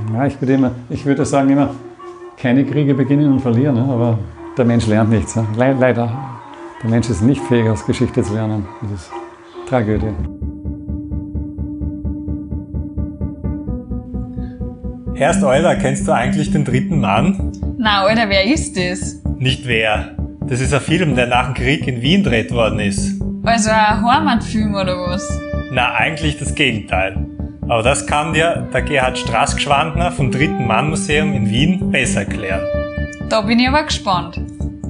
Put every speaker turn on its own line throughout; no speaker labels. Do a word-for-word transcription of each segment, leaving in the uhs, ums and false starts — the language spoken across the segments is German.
Ja, ich würde, immer, ich würde sagen immer, keine Kriege beginnen und verlieren, ne? Aber der Mensch lernt nichts. Ne? Le leider, der Mensch ist nicht fähig, aus Geschichte zu lernen. Das ist Tragödie.
Erst, Alter, kennst du eigentlich den dritten Mann?
Na, Alter, wer ist das?
Nicht wer. Das ist ein Film, der nach dem Krieg in Wien gedreht worden ist.
Also ein Heimatfilm oder was?
Na, eigentlich das Gegenteil. Aber das kann dir der Gerhard Straßgschwandner vom Dritten Mann Museum in Wien besser erklären.
Da bin ich aber gespannt.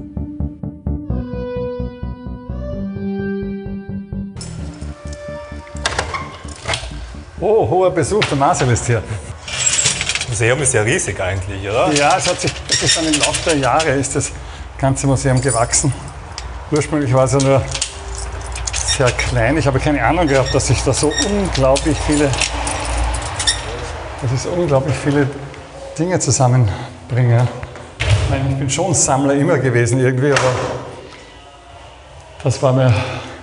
Oh, hoher Besuch, der Marcel ist hier.
Das Museum ist ja riesig eigentlich, oder?
Ja, es hat sich, es ist dann im Laufe der Jahre ist das ganze Museum gewachsen. Ursprünglich war es ja nur sehr klein. Ich habe keine Ahnung gehabt, dass ich da so unglaublich viele, dass ich so unglaublich viele Dinge zusammenbringe. Ich meine, ich bin schon Sammler immer gewesen irgendwie, aber das war mir.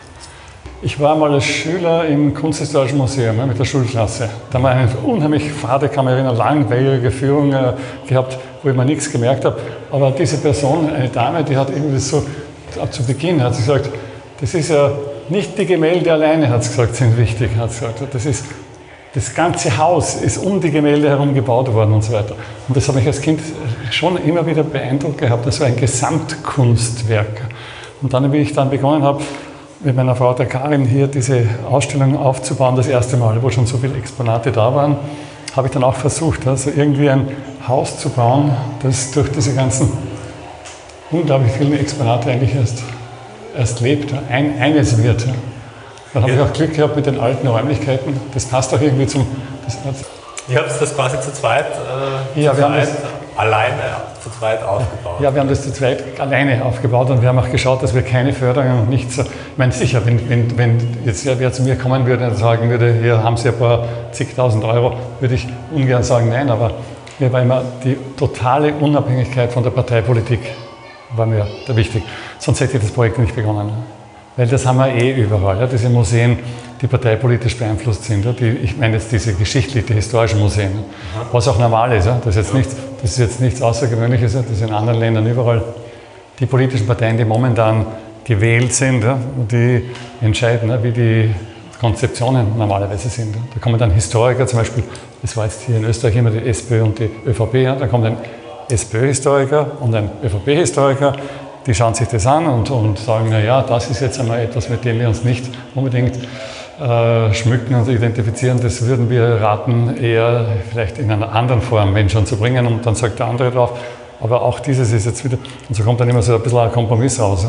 Ich war mal als Schüler im Kunsthistorischen Museum ja, mit der Schulklasse. Da haben wir eine unheimlich fade, kann man erinnern, langweilige Führung äh, gehabt, wo ich mir nichts gemerkt habe. Aber diese Person, eine Dame, die hat irgendwie so, zu Beginn hat sie gesagt, das ist ja nicht die Gemälde alleine, hat sie gesagt, sind wichtig. Hat sie gesagt. Das, ist, das ganze Haus ist um die Gemälde herum gebaut worden und so weiter. Und das hat mich als Kind schon immer wieder beeindruckt gehabt. Das war ein Gesamtkunstwerk. Und dann, wie ich dann begonnen habe, mit meiner Frau, der Karin, hier diese Ausstellung aufzubauen, das erste Mal, wo schon so viele Exponate da waren, habe ich dann auch versucht, also irgendwie ein Haus zu bauen, das durch diese ganzen unglaublich vielen Exponate eigentlich erst, erst lebt, ein, eines wird. Dann habe ich auch Glück gehabt mit den alten Räumlichkeiten, das passt auch irgendwie zum... Das,
Ihr habt das quasi zu zweit, äh,
ja,
zu
wir haben das,
alleine zu zweit aufgebaut?
Ja, wir haben das zu zweit alleine aufgebaut und wir haben auch geschaut, dass wir keine Förderung und nichts... Ich meine, sicher, wenn, wenn, wenn jetzt wer zu mir kommen würde und sagen würde, hier haben Sie ein paar zigtausend Euro, würde ich ungern sagen, nein, aber mir war immer die totale Unabhängigkeit von der Parteipolitik war mir da wichtig. Sonst hätte ich das Projekt nicht begonnen. Weil das haben wir eh überall, ja, diese Museen, die parteipolitisch beeinflusst sind. Ja, die, ich meine jetzt diese geschichtlichen, die historischen Museen, ja, was auch normal ist. Ja, das, ist jetzt nichts, das ist jetzt nichts Außergewöhnliches, ja, das ist in anderen Ländern überall. Die politischen Parteien, die momentan gewählt sind, ja, die entscheiden, ja, wie die Konzeptionen normalerweise sind. Ja. Da kommen dann Historiker, zum Beispiel, das war jetzt hier in Österreich immer die SPÖ und die ÖVP, ja, da kommt ein SPÖ-Historiker und ein ÖVP-Historiker, die schauen sich das an und, und sagen, na ja, das ist jetzt einmal etwas, mit dem wir uns nicht unbedingt äh, schmücken und identifizieren. Das würden wir raten, eher vielleicht in einer anderen Form, wenn schon, zu bringen. Und dann sagt der andere drauf, aber auch dieses ist jetzt wieder... Und so kommt dann immer so ein bisschen ein Kompromiss raus.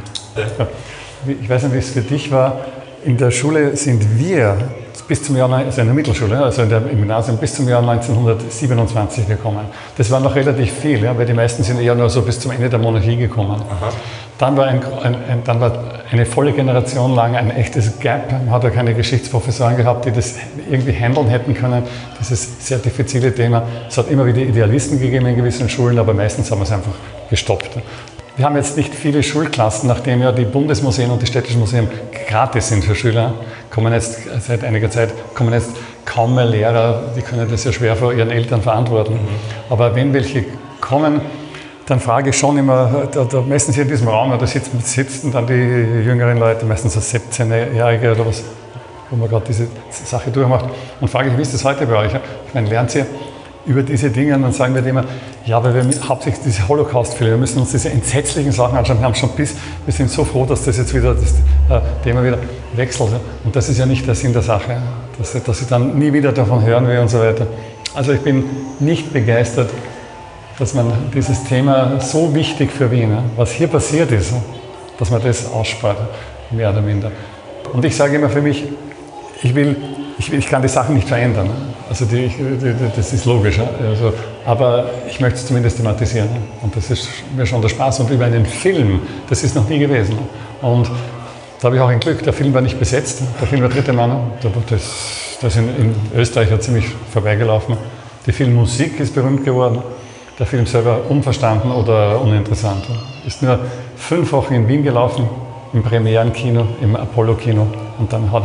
Mhm. Ich weiß nicht, wie es für dich war. In der Schule sind wir bis zum Jahr, also in der Mittelschule, also in der, im Gymnasium, bis zum Jahr neunzehnhundertsiebenundzwanzig gekommen. Das war noch relativ viel, ja, weil die meisten sind eher nur so bis zum Ende der Monarchie gekommen. Aha. Dann war, ein, ein, ein, dann war eine volle Generation lang ein echtes Gap. Man hat ja keine Geschichtsprofessoren gehabt, die das irgendwie handeln hätten können, dieses sehr diffizile Thema. Es hat immer wieder Idealisten gegeben in gewissen Schulen, aber meistens haben wir es einfach gestoppt. Wir haben jetzt nicht viele Schulklassen, nachdem ja die Bundesmuseen und die städtischen Museen gratis sind für Schüler. Kommen jetzt seit einiger Zeit kommen jetzt kaum mehr Lehrer, die können das ja schwer vor ihren Eltern verantworten. Mhm. Aber wenn welche kommen, dann frage ich schon immer, da, da meistens hier in diesem Raum, da sitzen, sitzen dann die jüngeren Leute, meistens so siebzehnjährige oder was, wo man gerade diese Sache durchmacht, und frage ich, wie ist das heute bei euch? Ich meine, lernt ihr über diese Dinge, und dann sagen wir immer, ja, weil wir hauptsächlich diese Holocaust-Fälle, wir müssen uns diese entsetzlichen Sachen anschauen, wir haben schon bis, wir sind so froh, dass das jetzt wieder, das äh, Thema wieder wechselt. Und das ist ja nicht der Sinn der Sache, dass, dass ich dann nie wieder davon hören will und so weiter. Also ich bin nicht begeistert, dass man dieses Thema so wichtig für Wien, was hier passiert ist, dass man das ausspart, mehr oder minder. Und ich sage immer für mich, ich will, ich, ich kann die Sachen nicht verändern. Also die, die, das ist logisch. Also, aber ich möchte es zumindest thematisieren. Und das ist mir schon der Spaß. Und über einen Film, das ist noch nie gewesen. Und da habe ich auch ein Glück, der Film war nicht besetzt. Der Film war dritte Mann. Das, das ist in, in Österreich ja ziemlich vorbeigelaufen. Die Filmmusik ist berühmt geworden. Der Film selber unverstanden oder uninteressant. Ist nur fünf Wochen in Wien gelaufen, im Premierenkino, im Apollo-Kino. Und dann hat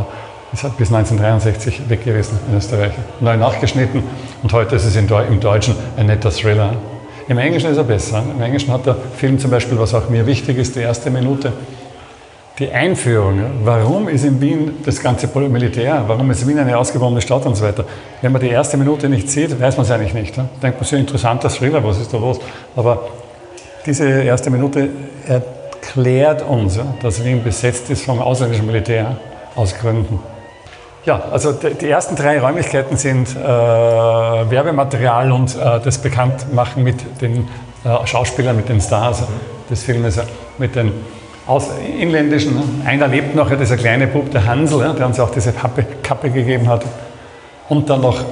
ist halt bis neunzehnhundertdreiundsechzig weg gewesen in Österreich. Neu nachgeschnitten und heute ist es im Deutschen ein netter Thriller. Im Englischen ist er besser. Im Englischen hat der Film zum Beispiel, was auch mir wichtig ist, die erste Minute, die Einführung. Warum ist in Wien das ganze Militär? Warum ist Wien eine ausgebombene Stadt und so weiter? Wenn man die erste Minute nicht sieht, weiß man es eigentlich nicht. Da denkt man, so ein interessanter Thriller, was ist da los? Aber diese erste Minute erklärt uns, dass Wien besetzt ist vom ausländischen Militär aus Gründen. Ja, also die ersten drei Räumlichkeiten sind äh, Werbematerial und äh, das Bekanntmachen mit den äh, Schauspielern, mit den Stars des Filmes, mit den aus inländischen. Einer lebt noch, dieser kleine Bub, der Hansel, der uns auch diese Kappe, Kappe gegeben hat. Und dann noch,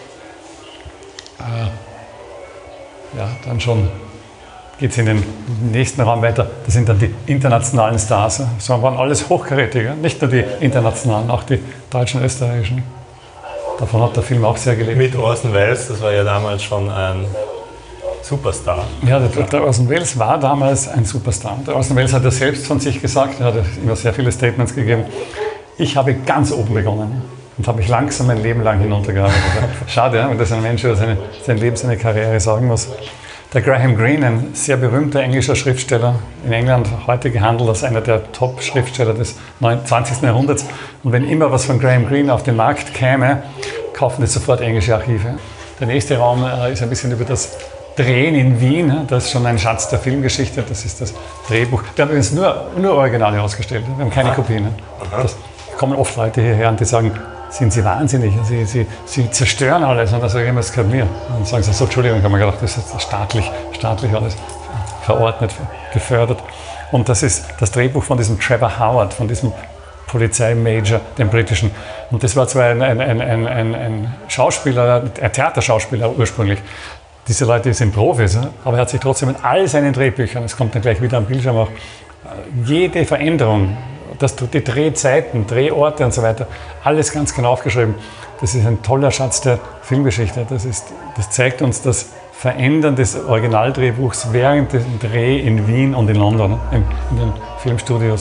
äh, ja, dann schon geht es in den nächsten Raum weiter. Das sind dann die internationalen Stars. So waren alles Hochkarätige, nicht nur die internationalen, auch die deutschen, österreichischen. Davon hat der Film auch sehr gelebt.
Mit Orson Welles, das war ja damals schon ein Superstar.
Ja, der, der Orson Welles war damals ein Superstar. Der Orson Welles hat ja selbst von sich gesagt, er hat immer sehr viele Statements gegeben. Ich habe ganz oben begonnen und habe mich langsam mein Leben lang hinuntergearbeitet. Schade, wenn das ein Mensch über seine, sein Leben, seine Karriere sagen muss. Der Graham Greene, ein sehr berühmter englischer Schriftsteller, in England heute gehandelt als einer der Top-Schriftsteller des zwanzigsten Jahrhunderts. Und wenn immer was von Graham Greene auf den Markt käme, kaufen das sofort englische Archive. Der nächste Raum ist ein bisschen über das Drehen in Wien. Das ist schon ein Schatz der Filmgeschichte. Das ist das Drehbuch. Wir haben übrigens nur, nur Originale ausgestellt. Wir haben keine Kopien. Das kommen oft Leute hierher und die sagen, sind Sie wahnsinnig, Sie, Sie, Sie zerstören alles. Und dann sage ich immer, es gehört mir. Und dann sagen sie so, Entschuldigung, ich habe mir gedacht, das ist staatlich, staatlich alles verordnet, gefördert. Und das ist das Drehbuch von diesem Trevor Howard, von diesem Polizeimajor, dem britischen. Und das war zwar ein, ein, ein, ein, ein Schauspieler, ein Theaterschauspieler ursprünglich. Diese Leute sind Profis, aber er hat sich trotzdem in all seinen Drehbüchern, es kommt dann gleich wieder am Bildschirm auch, jede Veränderung, das, die Drehzeiten, Drehorte und so weiter, alles ganz genau aufgeschrieben. Das ist ein toller Schatz der Filmgeschichte. Das, ist, das zeigt uns das Verändern des Originaldrehbuchs während dem Dreh in Wien und in London, in, in den Filmstudios.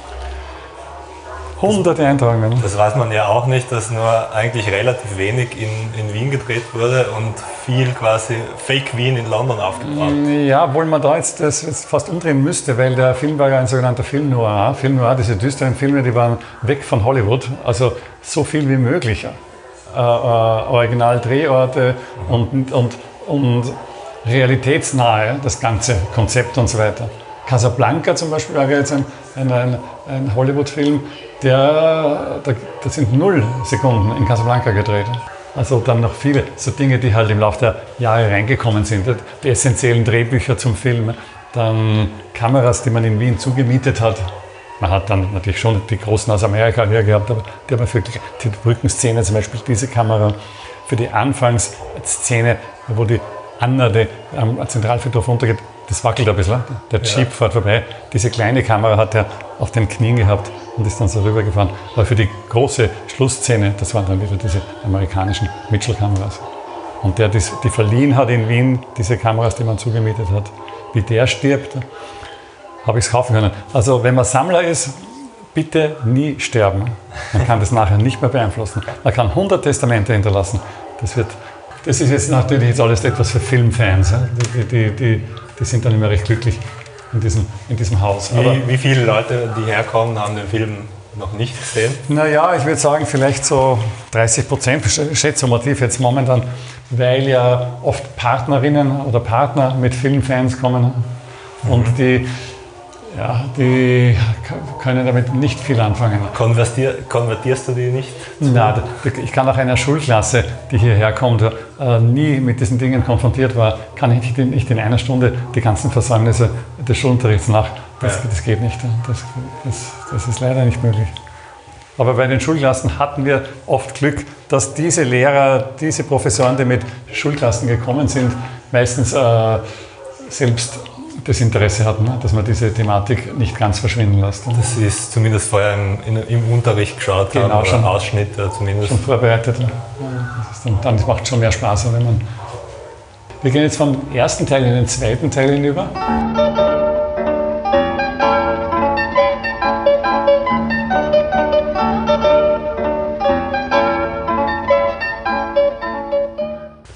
Hunderte Eintragungen.
Das weiß man ja auch nicht, dass nur eigentlich relativ wenig in, in Wien gedreht wurde und viel quasi Fake Wien in London aufgebaut.
Ja, obwohl man da jetzt das jetzt fast umdrehen müsste, weil der Film war ja ein sogenannter Film Noir. Film Noir, diese düsteren Filme, die waren weg von Hollywood, also so viel wie möglich. Äh, äh, Originaldrehorte mhm. und, und, und realitätsnahe, das ganze Konzept und so weiter. Casablanca zum Beispiel war jetzt ein, ein, ein, ein Hollywood-Film, der, der, das sind null Sekunden in Casablanca gedreht. Also dann noch viele so Dinge, die halt im Laufe der Jahre reingekommen sind. Die essentiellen Drehbücher zum Film, dann Kameras, die man in Wien zugemietet hat. Man hat dann natürlich schon die großen aus Amerika her gehabt, aber die haben für die Brückenszene zum Beispiel diese Kamera, für die Anfangsszene, wo die Anna die am Zentralfriedhof runtergeht, das wackelt ein bisschen, der Jeep ja. fährt vorbei. Diese kleine Kamera hat er auf den Knien gehabt und ist dann so rübergefahren. Aber für die große Schlussszene, das waren dann wieder diese amerikanischen Mitchell-Kameras. Und der, die, die verliehen hat in Wien, diese Kameras, die man zugemietet hat, wie der stirbt, habe ich es kaufen können. Also wenn man Sammler ist, bitte nie sterben. Man kann das nachher nicht mehr beeinflussen. Man kann hundert Testamente hinterlassen. Das, wird, das ist jetzt natürlich jetzt alles etwas für Filmfans. Die, die, die, die sind dann immer recht glücklich in diesem, in diesem Haus.
Wie, Aber, wie viele Leute, die herkommen, haben den Film noch nicht gesehen?
Naja, ich würde sagen, vielleicht so dreißig Prozent, schätzomativ jetzt momentan, weil ja oft Partnerinnen oder Partner mit Filmfans kommen und mhm. die, ja, die können damit nicht viel anfangen.
Konvertier, konvertierst du die nicht?
Nein, ich kann nach einer Schulklasse, die hierher kommt, äh, nie mit diesen Dingen konfrontiert war, kann ich nicht in einer Stunde die ganzen Versäumnisse des Schulunterrichts nach. Das, ja. das geht nicht. Das, das, das ist leider nicht möglich. Aber bei den Schulklassen hatten wir oft Glück, dass diese Lehrer, diese Professoren, die mit Schulklassen gekommen sind, meistens äh, selbst das Interesse hatten, dass man diese Thematik nicht ganz verschwinden lässt.
Das ist zumindest vorher im, in, im Unterricht geschaut
genau,
haben,
schon
Ausschnitt äh, zumindest.
Schon vorbereitet. Das ist dann, dann macht es schon mehr Spaß, wenn man. Wir gehen jetzt vom ersten Teil in den zweiten Teil hinüber.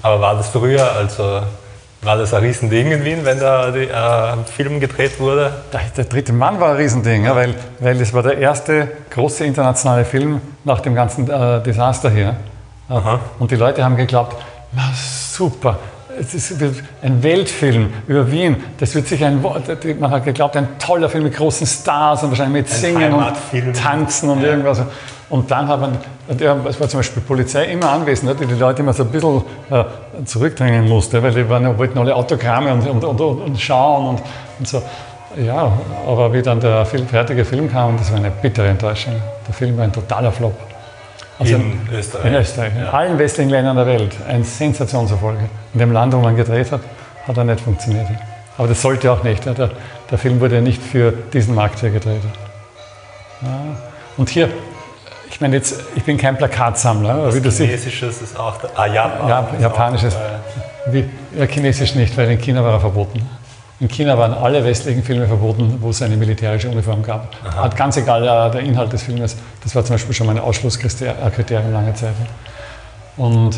Aber war das früher, also war das ein Riesending in Wien, wenn da die, äh, ein Film gedreht wurde?
Der, der dritte Mann war ein Riesending, ja, weil, weil das war der erste große internationale Film nach dem ganzen äh, Desaster hier.
Aha.
Und die Leute haben geglaubt, na super, es ist ein Weltfilm über Wien. Das wird sicher ein, man hat geglaubt, ein toller Film mit großen Stars und wahrscheinlich mit
ein
Singen und Tanzen und
ja.
irgendwas. Und dann hat man, es war zum Beispiel die Polizei immer anwesend, die die Leute immer so ein bisschen äh, zurückdrängen musste, weil die waren, wollten alle Autogramme und, und, und, und schauen und, und so. Ja, aber wie dann der Film, fertige Film kam, das war eine bittere Enttäuschung. Der Film war ein totaler Flop. Also
in Österreich?
In Österreich,
ja.
in allen westlichen Ländern der Welt. Ein Sensationserfolg. In dem Land, wo man gedreht hat, hat er nicht funktioniert. Aber das sollte auch nicht. Der, der Film wurde ja nicht für diesen Markt hier gedreht. Ja. Und hier, ich meine jetzt, ich bin kein Plakatsammler.
Was
wie du
Chinesisches
siehst,
ist auch da. Ah, Japan.
Ja, Japanisches. Wie, ja, Chinesisch nicht, weil in China war er verboten. In China waren alle westlichen Filme verboten, wo es eine militärische Uniform gab. Aha. Ganz egal äh, der Inhalt des Filmes. Das war zum Beispiel schon mein Ausschlusskriterium lange Zeit. Und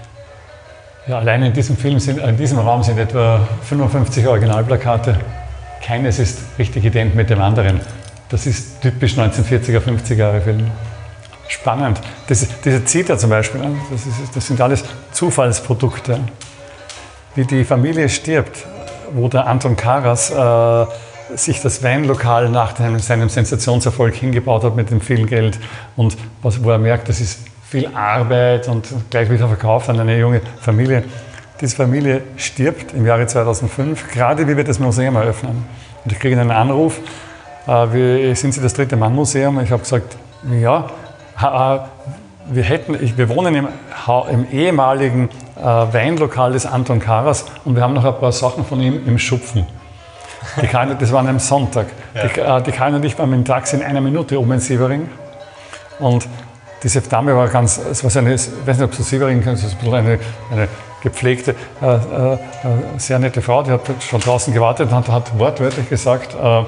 ja, allein in diesem Film sind, in diesem Raum sind etwa fünfundfünfzig Originalplakate. Keines ist richtig ident mit dem anderen. Das ist typisch neunzehnhundertvierziger, fünfziger Jahre Film. Spannend. Das, diese Zita zum Beispiel, das, ist, das sind alles Zufallsprodukte. Wie die Familie stirbt, wo der Anton Karas äh, sich das Weinlokal nach dem, seinem Sensationserfolg hingebaut hat mit dem viel Geld und was, wo er merkt, das ist viel Arbeit und gleich wieder verkauft an eine junge Familie. Diese Familie stirbt im Jahre zweitausendfünf, gerade wie wir das Museum eröffnen. Und ich kriege einen Anruf, äh, wie, sind Sie das Dritte Mann Museum? Ich habe gesagt, ja, ha, wir, hätten, ich, wir wohnen im, im ehemaligen äh, Weinlokal des Anton Karas und wir haben noch ein paar Sachen von ihm im Schupfen. Die kann, das war an einem Sonntag. Ja. Die, äh, die Karin und ich waren mit dem Taxi in einer Minute oben in Sievering. Und diese Dame war ganz, es war so eine, ich weiß nicht, ob du Sievering kennst, das ist ein bisschen eine, eine gepflegte, äh, äh, sehr nette Frau, die hat schon draußen gewartet und hat wortwörtlich gesagt, äh,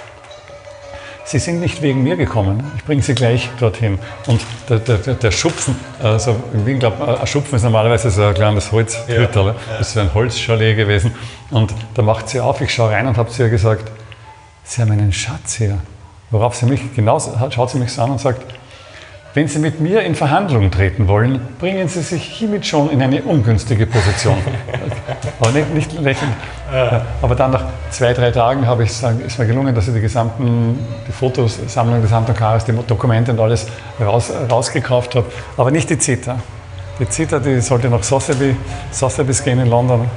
Sie sind nicht wegen mir gekommen, ich bringe Sie gleich dorthin. Und der, der, der Schupfen, also in Wien glaubt man, ein Schupfen ist normalerweise so ein kleines Holzhütterl, ja, ja. Das ist so ein Holzchalet gewesen. Und da macht sie auf, ich schaue rein und habe zu ihr gesagt, Sie haben einen Schatz hier. Worauf sie mich genau schaut sie mich so an und sagt, wenn Sie mit mir in Verhandlungen treten wollen, bringen Sie sich hiermit schon in eine ungünstige Position. Aber nicht, nicht lächeln. Ja. Aber dann nach zwei, drei Tagen habe ich, ist mir gelungen, dass ich die gesamten, die Fotosammlung des Anton Karas, die Dokumente und alles raus, rausgekauft habe. Aber nicht die Zita. Die Zita, die sollte nach Sotheby's, Sotheby's gehen in London.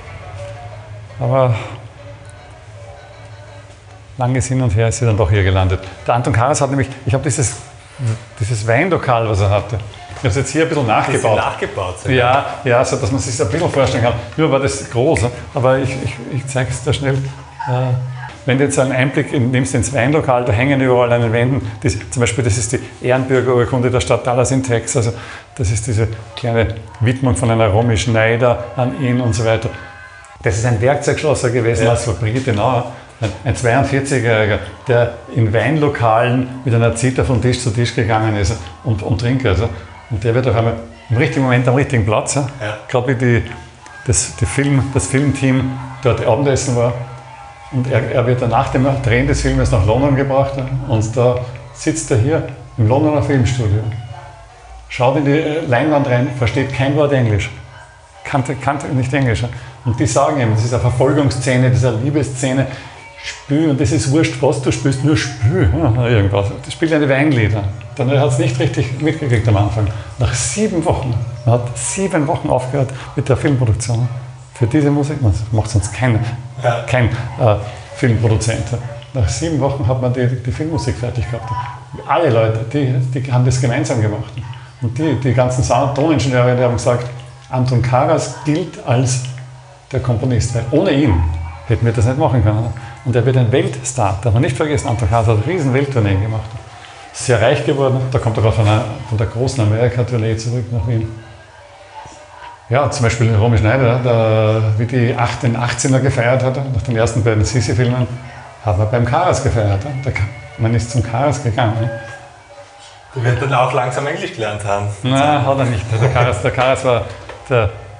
Aber langes Hin und Her ist sie dann doch hier gelandet. Der Anton Karas hat nämlich, ich habe dieses Dieses Weinlokal, was er hatte. Ich habe es jetzt hier ein bisschen nachgebaut.
nachgebaut
ja, ja, so dass man sich das ein bisschen vorstellen kann. Nur war das groß, aber ich, ich, ich zeige es da schnell. Äh, wenn du jetzt einen Einblick nimmst ins Weinlokal, da hängen überall an den Wänden, das, zum Beispiel das ist die Ehrenbürgerurkunde der Stadt Dallas in Texas, also das ist diese kleine Widmung von einer Romy Schneider an ihn und so weiter. Das ist ein Werkzeugschlosser gewesen, ja. Aus Brigitte-Nauer. Ein zweiundvierzigjähriger, der in Weinlokalen mit einer Zita von Tisch zu Tisch gegangen ist und, und trinkt. Also. Und der wird auf einmal im richtigen Moment am richtigen Platz. Ja. Gerade wie die, das, die Film, das Filmteam dort Abendessen war. Und er, er wird dann nach dem Drehen des Filmes nach London gebracht. Ja. Und da sitzt er hier im Londoner Filmstudio. Schaut in die Leinwand rein, versteht kein Wort Englisch. Kannte, kannte nicht Englisch. Ja. Und die sagen ihm, das ist eine Verfolgungsszene, das ist eine Liebesszene. Spül, und das ist wurscht, was du spielst, nur Spül, ja, irgendwas. Das spielt eine Weinlieder. Dann hat es nicht richtig mitgekriegt am Anfang. Nach sieben Wochen, man hat sieben Wochen aufgehört mit der Filmproduktion. Für diese Musik, man macht sonst kein, ja. kein äh, Filmproduzent. Nach sieben Wochen hat man die, die Filmmusik fertig gehabt. Alle Leute, die, die haben das gemeinsam gemacht. Und die, die ganzen Toningenieure, die haben gesagt, Anton Karas gilt als der Komponist, weil ohne ihn hätten wir das nicht machen können. Und er wird ein Weltstar, darf man nicht vergessen. Anton Karas hat eine riesen Welttournee gemacht. Sehr reich geworden, da kommt er auch von, einer, von der großen Amerika-Tournee zurück nach Wien. Ja, zum Beispiel Romy Schneider, der, wie die den achtzehner gefeiert hat, nach den ersten beiden Sissi-Filmen, hat man beim Karas gefeiert. Der, man ist zum Karas gegangen.
Der wird dann auch langsam Englisch gelernt haben.
Nein, hat er nicht. Der Karas, der Karas war der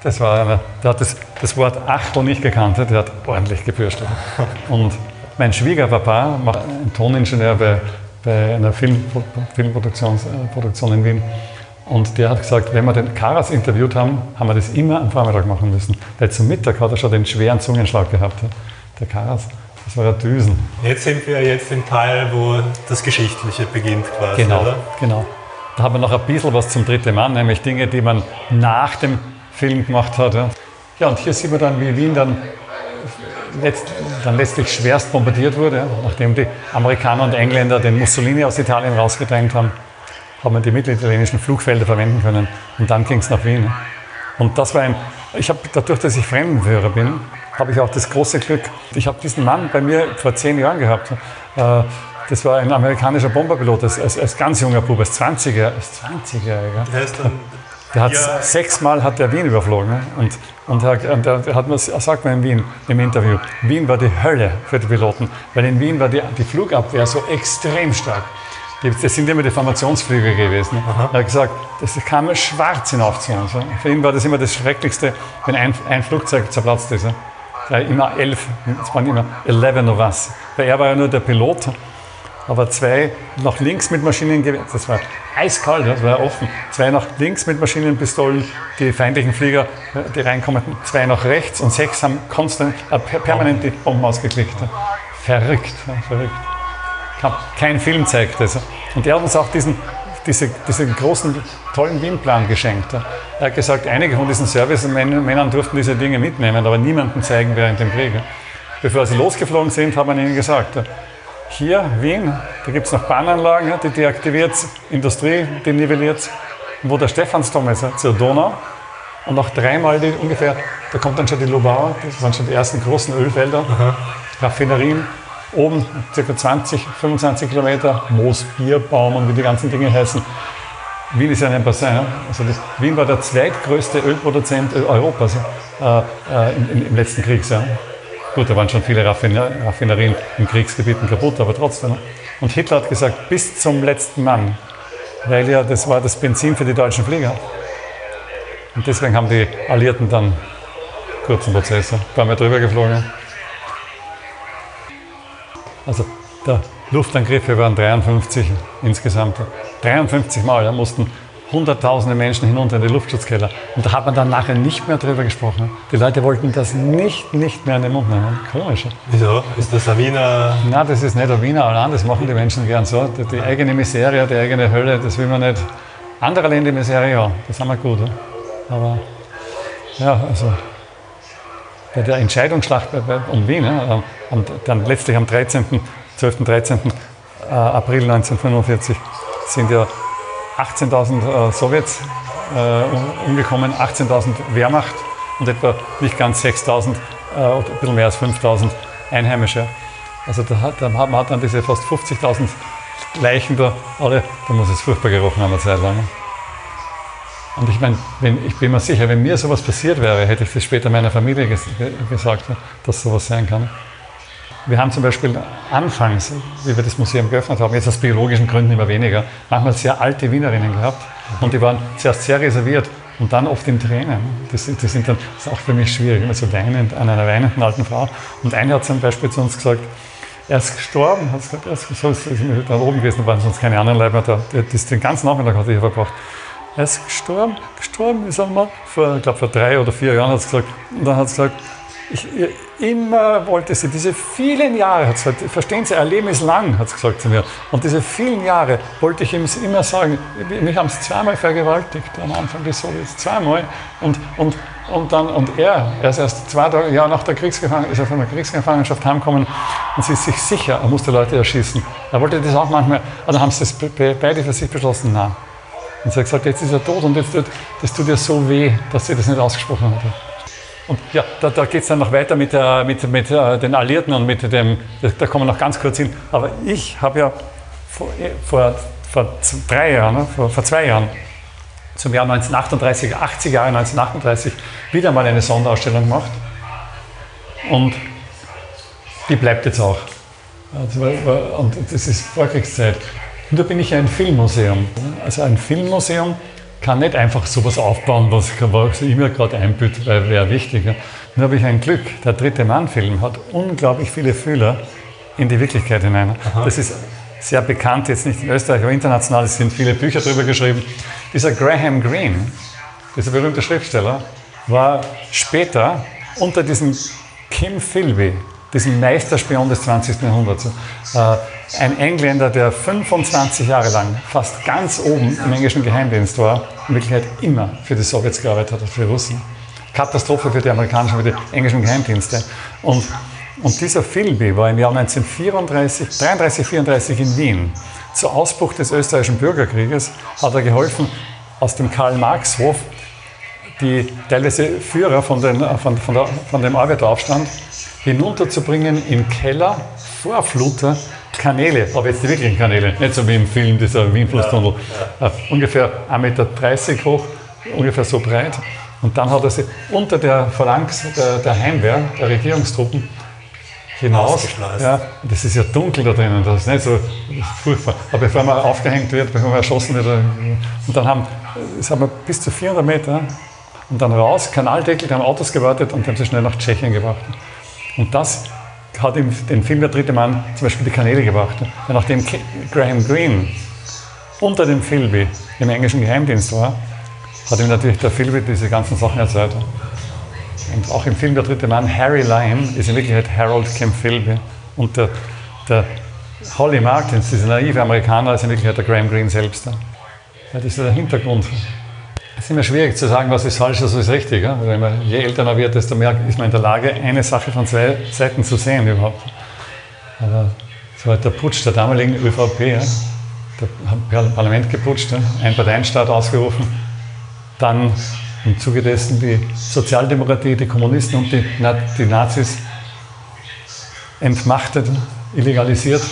Das war einer, der hat das, das Wort Achtel nicht gekannt, der hat ordentlich gebürstet. Und mein Schwiegerpapa, ein Toningenieur bei, bei einer Film, Filmproduktion äh, Produktion in Wien, und der hat gesagt, wenn wir den Karas interviewt haben, haben wir das immer am Vormittag machen müssen. Weil zum Mittag hat er schon den schweren Zungenschlag gehabt, der Karas. Das war ein Düsen.
Jetzt sind wir jetzt im Teil, wo das Geschichtliche beginnt quasi,
genau,
oder?
Genau. Da haben wir noch ein bisschen was zum dritten Mann, nämlich Dinge, die man nach dem Film gemacht hat. Ja, ja, und hier sieht man dann, wie Wien dann, letzt, dann letztlich schwerst bombardiert wurde, ja, nachdem die Amerikaner und Engländer den Mussolini aus Italien rausgedrängt haben, haben wir die mittelitalienischen Flugfelder verwenden können. Und dann ging es nach Wien. Und das war ein, ich habe dadurch, dass ich Fremdenführer bin, habe ich auch das große Glück, ich habe diesen Mann bei mir vor zehn Jahren gehabt. Das war ein amerikanischer Bomberpilot, als, als, als ganz junger Bub, als zwanziger, als zwanzigjähriger.
Das heißt dann,
der hat
ja.
sechsmal hat der Wien überflogen. Und, und der, der hat mir, sagt mir in Wien im Interview, Wien war die Hölle für die Piloten, weil in Wien war die, die Flugabwehr so extrem stark. Das sind immer die Formationsflüge gewesen. Aha. Er hat gesagt, das kam schwarz hinauf zu uns. Für ihn war das immer das Schrecklichste, wenn ein, ein Flugzeug zerplatzt ist. Ja, immer elf, es waren immer eleven of us. Weil er war ja nur der Pilot, aber zwei nach links mit Maschinengewehr, das war eiskalt, das war ja offen. Zwei nach links mit Maschinenpistolen, die feindlichen Flieger, die reinkommen, zwei nach rechts und sechs haben konstant, äh, permanent die Bomben ausgeklickt. Verrückt, verrückt. Kein Film zeigt das. Und er hat uns auch diesen, diese, diesen großen, tollen Wien-Plan geschenkt. Er hat gesagt, einige von diesen Servicemännern durften diese Dinge mitnehmen, aber niemandem zeigen während dem Krieg. Bevor sie losgeflogen sind, hat man ihnen gesagt, hier, Wien, da gibt es noch Bahnanlagen, die deaktiviert, Industrie, die nivelliert, wo der Stephansdom ist, zur Donau. Und noch dreimal die, ungefähr, da kommt dann schon die Lubau, das waren schon die ersten großen Ölfelder, aha, Raffinerien. Oben ca. zwanzig, fünfundzwanzig Kilometer, Moos, Bierbaum und wie die ganzen Dinge heißen. Wien ist ja ein Bassin. Also das, Wien war der zweitgrößte Ölproduzent Europas äh, äh, im, im letzten Kriegsjahr. Gut, da waren schon viele Raffiner, Raffinerien in Kriegsgebieten kaputt, aber trotzdem. Und Hitler hat gesagt, bis zum letzten Mann, weil ja das war das Benzin für die deutschen Flieger. Und deswegen haben die Alliierten dann kurzen Prozess, ein paar Mal drüber geflogen. Also der Luftangriffe waren dreiundfünfzig insgesamt. dreiundfünfzig Mal, da mussten hunderttausende Menschen hinunter in die Luftschutzkeller. Und da hat man dann nachher nicht mehr drüber gesprochen. Die Leute wollten das nicht, nicht mehr in den Mund nehmen. Komisch.
Wieso? Ist das ein Wiener?
Nein, das ist nicht ein Wiener Alarm, das machen die Menschen gern so. Die, die eigene Misere, die eigene Hölle, das will man nicht. Andere lehnen die Misere, ja, das haben wir gut. Aber ja, also bei der Entscheidungsschlacht bei, bei, um Wien, ja, am, dann letztlich am dreizehnten, zwölften, dreizehnten April neunzehnhundertfünfundvierzig sind ja achtzehntausend äh, Sowjets äh, umgekommen, achtzehntausend Wehrmacht und etwa nicht ganz sechstausend, äh, oder ein bisschen mehr als fünftausend Einheimische. Also da hat, da hat man dann diese fast fünfzigtausend Leichen da, alle, da muss es furchtbar gerochen haben eine Zeit lang. Und ich meine, wenn, ich bin mir sicher, wenn mir sowas passiert wäre, hätte ich das später meiner Familie ges gesagt, dass sowas sein kann. Wir haben zum Beispiel anfangs, wie wir das Museum geöffnet haben, jetzt aus biologischen Gründen immer weniger, manchmal sehr alte Wienerinnen gehabt und die waren zuerst sehr reserviert und dann oft in Tränen. Das, das, sind dann, das ist auch für mich schwierig, immer so weinend an einer weinenden alten Frau. Und eine hat zum Beispiel zu uns gesagt, er ist gestorben, hat gesagt, er ist, so ist da oben gewesen, waren sonst keine anderen Leute mehr da. Das, den ganzen Nachmittag hat er hier verbracht. Er ist gestorben, gestorben ist er mal, vor, ich glaube vor drei oder vier Jahren hat es gesagt. Und dann hat es gesagt, ich, immer wollte sie, diese vielen Jahre, hat gesagt, verstehen Sie, ein Leben ist lang, hat sie gesagt zu mir. Und diese vielen Jahre wollte ich ihm immer sagen, mich haben sie zweimal vergewaltigt, am Anfang des Sowjets, zweimal. Und, und, und, dann, und er, er ist erst zwei Jahre nach der Kriegsgefangenschaft, ist er von der Kriegsgefangenschaft heimgekommen und sie ist sich sicher, er musste Leute erschießen. Er wollte das auch manchmal, also haben sie das beide für sich beschlossen, nein. Und sie hat gesagt, jetzt ist er tot und jetzt tut, das tut ihr so weh, dass sie das nicht ausgesprochen hat. Und ja, da, da geht es dann noch weiter mit, der, mit, mit uh, den Alliierten und mit dem, da kommen wir noch ganz kurz hin. Aber ich habe ja vor, vor, vor drei Jahren, vor, vor zwei Jahren, zum Jahr neunzehnhundertachtunddreißig, achtzig Jahre neunzehnhundertachtunddreißig, wieder mal eine Sonderausstellung gemacht. Und die bleibt jetzt auch. Also, und das ist Vorkriegszeit. Und da bin ich ein Filmmuseum. Also ein Filmmuseum, kann nicht einfach sowas aufbauen, was, was ich mir gerade einbüte, weil wäre wichtig. Ja. Nun habe ich ein Glück. Der dritte Mann-Film hat unglaublich viele Fühler in die Wirklichkeit hinein. Aha. Das ist sehr bekannt, jetzt nicht in Österreich, aber international. Es sind viele Bücher darüber geschrieben. Dieser Graham Greene, dieser berühmte Schriftsteller, war später unter diesem Kim Philby, diesem Meisterspion des zwanzigsten Jahrhunderts, äh, ein Engländer, der fünfundzwanzig Jahre lang fast ganz oben im englischen Geheimdienst war, in Wirklichkeit immer für die Sowjets gearbeitet hat, für die Russen. Katastrophe für die amerikanischen, für die englischen Geheimdienste. Und, und dieser Philby war im Jahr neunzehnhundertvierunddreißig, dreiunddreißig, vierunddreißig in Wien. Zu Ausbruch des österreichischen Bürgerkrieges hat er geholfen, aus dem Karl-Marx-Hof die teilweise Führer von, den, von, von, der, von dem Arbeiteraufstand hinunterzubringen in Keller, Vorfluter, Kanäle, aber jetzt die wirklichen Kanäle, nicht so wie im Film, dieser Wien-Flusstunnel, ja, ja. ungefähr ein Meter dreißig hoch, ungefähr so breit. Und dann hat er sie unter der Phalanx der, der Heimwehr, der Regierungstruppen, hinaus. Ja, das ist ja dunkel da drinnen, das ist nicht so furchtbar. Aber bevor man aufgehängt wird, bevor man erschossen wird, und dann haben, das haben wir bis zu vierhundert Meter und dann raus, Kanaldeckel, da haben Autos gewartet und haben sie schnell nach Tschechien gebracht. Und das hat ihm den Film Der dritte Mann zum Beispiel die Kanäle gebracht. Und nachdem Graham Greene unter dem Philby im englischen Geheimdienst war, hat ihm natürlich der Philby diese ganzen Sachen erzählt. Und auch im Film Der dritte Mann, Harry Lime ist in Wirklichkeit Harold Kim Philby. Und der, der Holly Martins, dieser naive Amerikaner, ist in Wirklichkeit der Graham Greene selbst. Ja, das ist der Hintergrund. Es ist immer schwierig zu sagen, was ist falsch, was ist richtig. Ja? Weil man, je älter man wird, desto mehr ist man in der Lage, eine Sache von zwei Seiten zu sehen überhaupt. Aber so hat der Putsch der damaligen ÖVP, ja? Der Parlament geputscht, ja? Einparteienstaat ausgerufen, dann im Zuge dessen die Sozialdemokratie, die Kommunisten und die, die Nazis entmachtet, illegalisiert.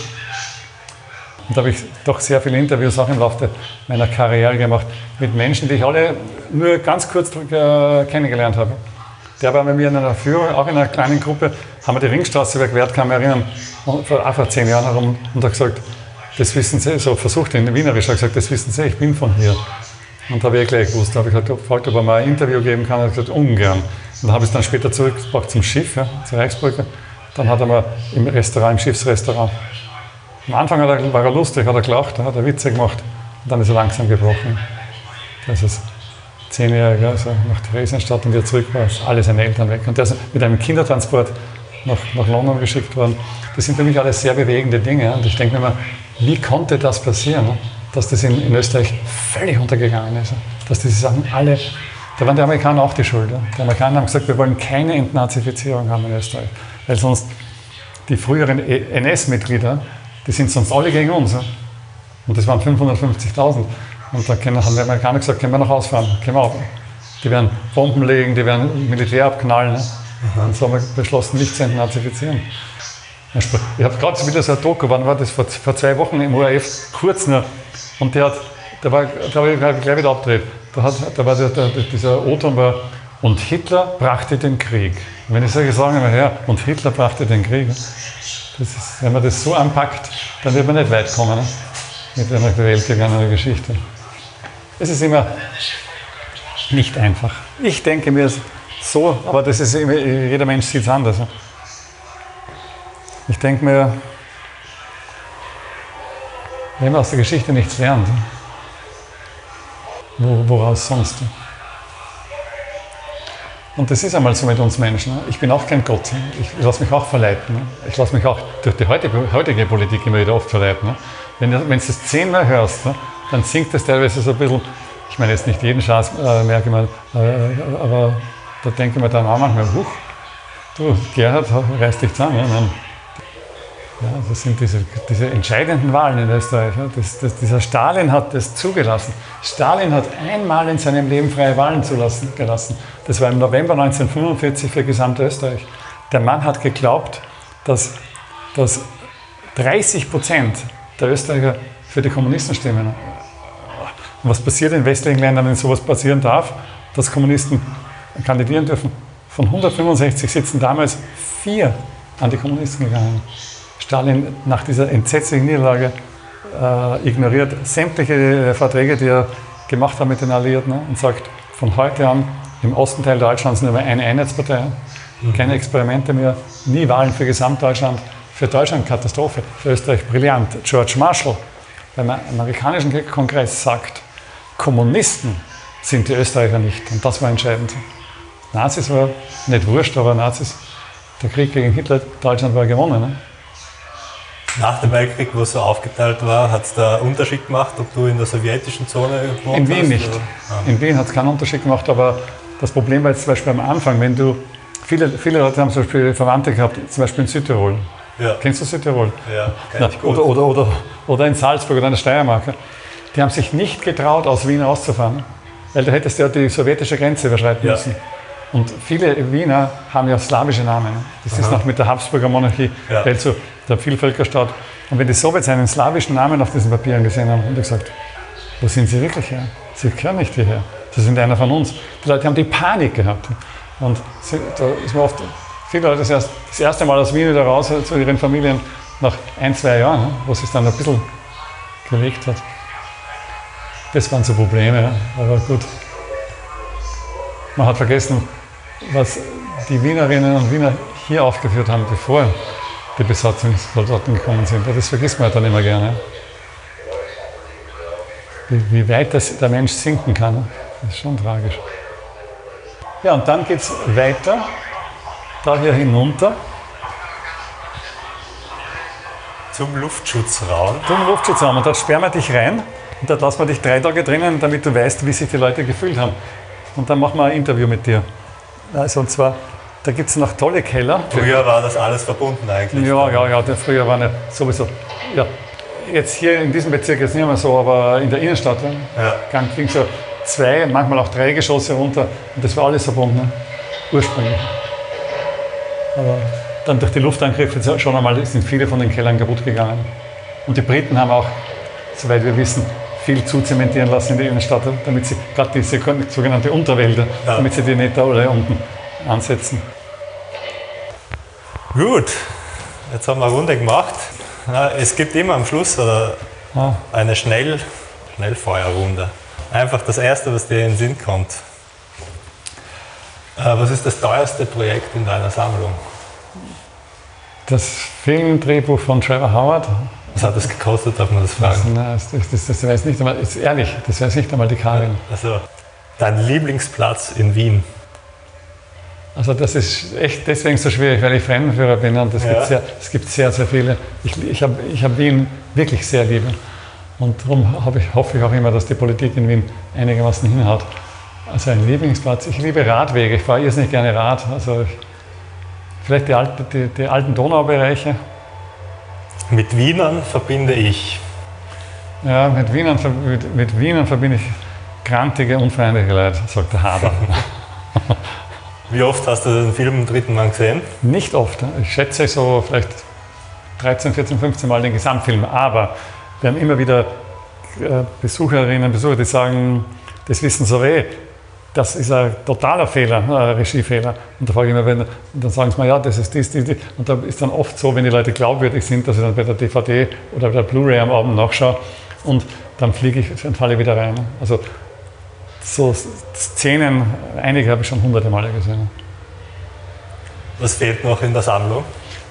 Und da habe ich doch sehr viele Interviews auch im Laufe meiner Karriere gemacht mit Menschen, die ich alle nur ganz kurz äh, kennengelernt habe. Der war bei mir in einer Führung, auch in einer kleinen Gruppe, haben wir die Ringstraße überquert, kann mich erinnern, vor, auch vor zehn Jahren herum, und hat gesagt, das wissen Sie, so versucht in Wienerisch, hat gesagt, das wissen Sie, ich bin von hier. Und da habe ich gleich gewusst, da habe ich gefragt, ob er mal ein Interview geben kann, und er hat gesagt, ungern. Und dann habe ich es dann später zurückgebracht zum Schiff, ja, zur Reichsbrücke. Dann hat er mal im Restaurant, im Schiffsrestaurant. Am Anfang hat er, war er lustig, hat er gelacht, hat er Witze gemacht, und dann ist er langsam gebrochen. Das ist Zehnjähriger, also nach Theresienstadt, und wie er zurück war, ist alle seine Eltern weg. Und der ist mit einem Kindertransport nach, nach London geschickt worden. Das sind für mich alles sehr bewegende Dinge. Und ich denke mir immer, wie konnte das passieren, dass das in, in Österreich völlig untergegangen ist? Dass diese Sachen alle, da waren die Amerikaner auch die Schuld. Die Amerikaner haben gesagt, wir wollen keine Entnazifizierung haben in Österreich, weil sonst die früheren N S-Mitglieder, die sind sonst alle gegen uns. Und das waren fünfhundertfünfzigtausend. Und da haben die Amerikaner gesagt, können wir noch ausfahren, können wir auch. Die werden Bomben legen, die werden Militär abknallen. Ne? Und so haben wir beschlossen, nicht zu entnazifizieren. Ich habe gerade wieder so ein Doku, wann war das, vor, vor zwei Wochen im O R F, kurz nur. Und der hat, der war, da habe ich gleich wieder abgedreht. Da, hat, da war der, der, dieser O-Ton war, und Hitler brachte den Krieg. Und wenn ich solche sagen, immer her, und Hitler brachte den Krieg, das ist, wenn man das so anpackt, dann wird man nicht weit kommen, ne? Mit einer Bewältigung einer Geschichte. Es ist immer nicht einfach. Ich denke mir so, aber das ist immer, jeder Mensch sieht es anders. Ich denke mir, wenn man aus der Geschichte nichts lernt, woraus sonst? Und das ist einmal so mit uns Menschen. Ich bin auch kein Gott. Ich lasse mich auch verleiten. Ich lasse mich auch durch die heutige Politik immer wieder oft verleiten. Wenn du es zehnmal hörst, dann singt das teilweise so ein bisschen, ich meine jetzt nicht jeden Schatz, äh, merke ich mal, äh, aber da denke ich mir dann auch manchmal, huch, du Gerhard, reiß dich zusammen. Ja, ja, das sind diese, diese entscheidenden Wahlen in Österreich. Ja. Das, das, dieser Stalin hat das zugelassen. Stalin hat einmal in seinem Leben freie Wahlen zulassen, gelassen. Das war im November neunzehnhundertfünfundvierzig für Gesamtösterreich. Der Mann hat geglaubt, dass, dass dreißig Prozent der Österreicher für die Kommunisten stimmen. Und was passiert in westlichen Ländern, wenn sowas passieren darf, dass Kommunisten kandidieren dürfen? Von hundertfünfundsechzig sitzen damals vier an die Kommunisten gegangen. Stalin nach dieser entsetzlichen Niederlage äh, ignoriert sämtliche Verträge, die er gemacht hat mit den Alliierten, ne? Und sagt, von heute an im Osten Teil Deutschlands nur mehr eine Einheitspartei, mhm. keine Experimente mehr, nie Wahlen für Gesamtdeutschland, für Deutschland Katastrophe, für Österreich brillant. George Marshall beim amerikanischen Kongress sagt, Kommunisten sind die Österreicher nicht. Und das war entscheidend. Nazis war nicht wurscht, aber Nazis, der Krieg gegen Hitler, Deutschland war gewonnen. Ne?
Nach dem Weltkrieg, wo es so aufgeteilt war, hat es da einen Unterschied gemacht, ob du in der sowjetischen Zone gewohnt
In Wien
hast,
nicht. Ah. In Wien hat es keinen Unterschied gemacht, aber das Problem war jetzt zum Beispiel am Anfang, wenn du, viele, viele Leute haben zum Beispiel Verwandte gehabt, zum Beispiel in Südtirol.
Ja.
Kennst du Südtirol?
Ja, kenn ich gut.
Oder, oder, oder, oder in Salzburg oder in der Steiermark. Die haben sich nicht getraut, aus Wien auszufahren, weil da hättest du ja die sowjetische Grenze überschreiten ja. müssen. Und viele Wiener haben ja slawische Namen. Das Aha. ist noch mit der Habsburger Monarchie, ja. weil so der Vielvölkerstaat. Und wenn die Sowjets einen slawischen Namen auf diesen Papieren gesehen haben, haben die gesagt, wo sind sie wirklich her? Sie gehören nicht hierher. Sie sind einer von uns. Die Leute haben die Panik gehabt. Und da ist man oft, viele Leute das, erst, das erste Mal aus Wien wieder raus zu ihren Familien nach ein, zwei Jahren, wo es sich dann ein bisschen gelegt hat. Das waren so Probleme, aber gut. Man hat vergessen, was die Wienerinnen und Wiener hier aufgeführt haben, bevor die Besatzungssoldaten gekommen sind. Das vergisst man ja dann immer gerne. Wie, wie weit das der Mensch sinken kann, das ist schon tragisch. Ja, und dann geht es weiter, da hier hinunter.
Zum Luftschutzraum.
Zum Luftschutzraum. Und da sperren wir dich rein und da lassen wir dich drei Tage drinnen, damit du weißt, wie sich die Leute gefühlt haben. Und dann machen wir ein Interview mit dir. Also und zwar, da gibt es noch tolle Keller.
Früher war das alles verbunden eigentlich.
Ja, ja, ja, früher war nicht sowieso. Ja, jetzt hier in diesem Bezirk jetzt nicht mehr so, aber in der Innenstadt ja. ging so zwei, manchmal auch drei Geschosse runter und das war alles verbunden, ne? Ursprünglich. Aber dann durch die Luftangriffe schon einmal sind viele von den Kellern kaputt gegangen. Und die Briten haben auch, soweit wir wissen, viel zuzementieren lassen in der Innenstadt, damit sie gerade diese sogenannte Unterwälder, ja. damit sie die nicht da alle unten ansetzen.
Gut, jetzt haben wir eine Runde gemacht. Es gibt immer am Schluss eine Schnell, Schnellfeuerrunde. Einfach das Erste, was dir in den Sinn kommt. Was ist das teuerste Projekt in deiner Sammlung?
Das Filmdrehbuch von Trevor Howard.
Was hat das gekostet, darf man das fragen?
Das, das, das, das weiß nicht einmal, ist ehrlich, das weiß nicht einmal die Karin.
Also, dein Lieblingsplatz in Wien?
Also das ist echt deswegen so schwierig, weil ich Fremdenführer bin und es, ja. gibt, sehr, es gibt sehr, sehr viele. Ich, ich habe ich hab Wien wirklich sehr lieb und darum ich, hoffe ich auch immer, dass die Politik in Wien einigermaßen hinhaut. Also ein Lieblingsplatz, ich liebe Radwege, ich fahre irrsinnig gerne Rad. Also ich, vielleicht die, alte, die, die alten Donaubereiche.
Mit Wienern verbinde ich?
Ja, mit Wienern, mit, mit Wienern verbinde ich grantige, unfreundliche Leute, sagt der Haber.
Wie oft hast du den Film im dritten Mal gesehen?
Nicht oft. Ich schätze so vielleicht dreizehn, vierzehn, fünfzehn Mal den Gesamtfilm. Aber wir haben immer wieder Besucherinnen und Besucher, die sagen, das wissen sie eh. Das ist ein totaler Fehler, ein Regiefehler. Und da frage ich immer, wenn, und dann sagen sie mir, ja, das ist dies, dies, dies. Und da ist dann oft so, wenn die Leute glaubwürdig sind, dass ich dann bei der D V D oder bei der Blu-ray am Abend nachschaue und dann fliege ich, dann falle ich wieder rein. Also so Szenen, einige habe ich schon hunderte Male gesehen.
Was fehlt noch in der Sammlung?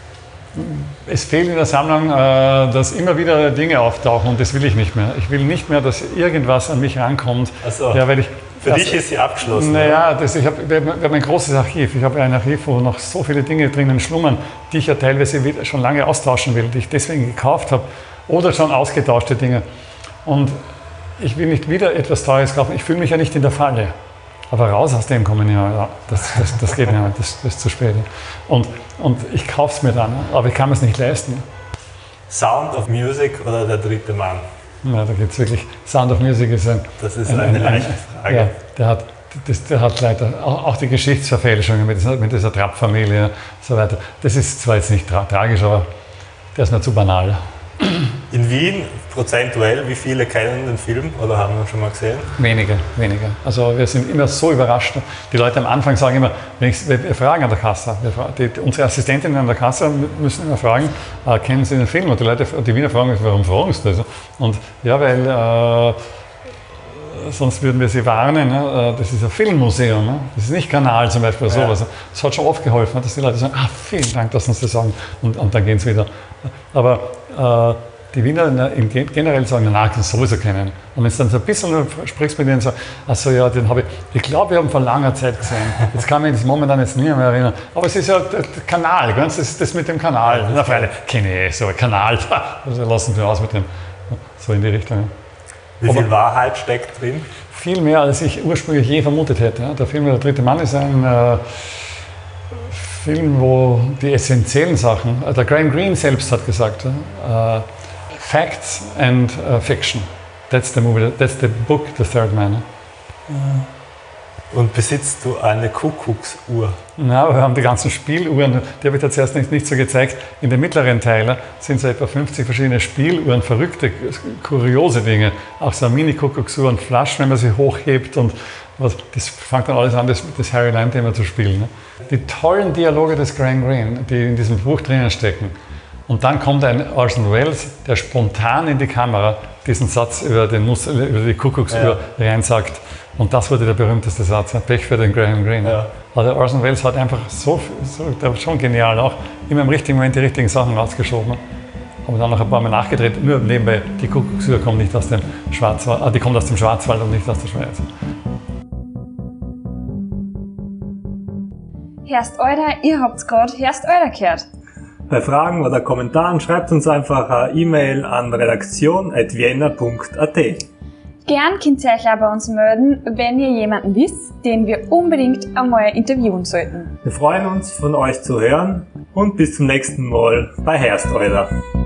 Es fehlt in der Sammlung, dass immer wieder Dinge auftauchen und das will ich nicht mehr. Ich will nicht mehr, dass irgendwas an mich rankommt.
Ach so.
Ja, weil ich,
Für das, dich ist sie abgeschlossen?
Naja, das, ich habe hab ein großes Archiv. Ich habe ein Archiv, wo noch so viele Dinge drinnen schlummern, die ich ja teilweise schon lange austauschen will, die ich deswegen gekauft habe oder schon ausgetauschte Dinge. Und ich will nicht wieder etwas Teures kaufen. Ich fühle mich ja nicht in der Falle. Aber raus aus dem kommen, ja, das, das, das geht nicht mehr, das, das ist zu spät. Und, und ich kaufe es mir dann, aber ich kann es nicht leisten.
Sound of Music oder Der dritte Mann?
Ja, da gibt es wirklich, Sound of Music ist ein...
Das ist ein, eine leichte Frage.
Ja, der hat, das, der hat leider auch, auch die Geschichtsverfälschungen mit dieser, mit dieser Trapp-Familie und so weiter. Das ist zwar jetzt nicht tra tragisch, aber der ist mir zu banal.
In Wien, prozentuell, wie viele kennen den Film oder haben ihn schon mal gesehen?
Wenige, wenige. Also wir sind immer so überrascht. Die Leute am Anfang sagen immer, wenn ich, wir fragen an der Kasse, wir, die, unsere Assistentinnen an der Kasse müssen immer fragen, äh, kennen Sie den Film? Und die Leute, die Wiener fragen mich, warum fragen Sie das? Und ja, weil sonst würden wir sie warnen. Ne? Das ist ein Filmmuseum. Ne? Das ist nicht Kanal zum Beispiel oder sowas. Das hat schon oft geholfen, dass die Leute sagen, ah, vielen Dank, dass Sie uns das sagen. Und, und dann gehen sie wieder. Aber äh, die Wiener im generell sagen, na, kannst du sowieso kennen. Und wenn du dann so ein bisschen sprichst mit denen, so, achso, ja, den habe ich, ich glaube, wir haben vor langer Zeit gesehen. Jetzt kann mich das momentan jetzt nicht mehr erinnern. Aber es ist ja der Kanal, das ist das mit dem Kanal. Na, freilich, kenne ich eh so, Kanal, also lassen wir aus mit dem, so in die Richtung.
Wie viel
Aber
Wahrheit steckt drin?
Viel mehr, als ich ursprünglich je vermutet hätte. Der Film Der dritte Mann ist ein äh, Film, wo die essentiellen Sachen, der Graham Greene selbst hat gesagt, äh, Facts and uh, Fiction. That's the movie, that's the book, The Third Man.
Und besitzt du eine Kuckucksuhr?
Na, wir haben die ganzen Spieluhren, die habe ich dir zuerst nicht, nicht so gezeigt. In dem mittleren Teil sind so etwa fünfzig verschiedene Spieluhren, verrückte, kuriose Dinge. Auch so eine Mini-Kuckucksuhr und Flaschen, wenn man sie hochhebt. Und was, das fängt dann alles an, das, das Harry Lime-Thema zu spielen. Ne? Die tollen Dialoge des Graham Greene, die in diesem Buch drinnen stecken. Und dann kommt ein Orson Welles, der spontan in die Kamera diesen Satz über, den Mus über die Kuckucksuhr ja. rein sagt. Und das wurde der berühmteste Satz. Pech für den Graham Greene. Ja. Also Orson Welles hat einfach so, so, der war schon genial auch, immer im richtigen Moment die richtigen Sachen rausgeschoben. Haben dann noch ein paar Mal nachgedreht. Nur nebenbei, die Kuckucksuhr kommt nicht aus dem Schwarzwald, ah, die kommt aus dem Schwarzwald und nicht aus der Schweiz.
Herst Euler, ihr habt's gerade Herst Euler gehört.
Bei Fragen oder Kommentaren schreibt uns einfach eine E-Mail an redaktion at vienna punkt a t.
Gern könnt ihr euch auch bei uns melden, wenn ihr jemanden wisst, den wir unbedingt einmal interviewen sollten.
Wir freuen uns, von euch zu hören und bis zum nächsten Mal bei Herst Euler.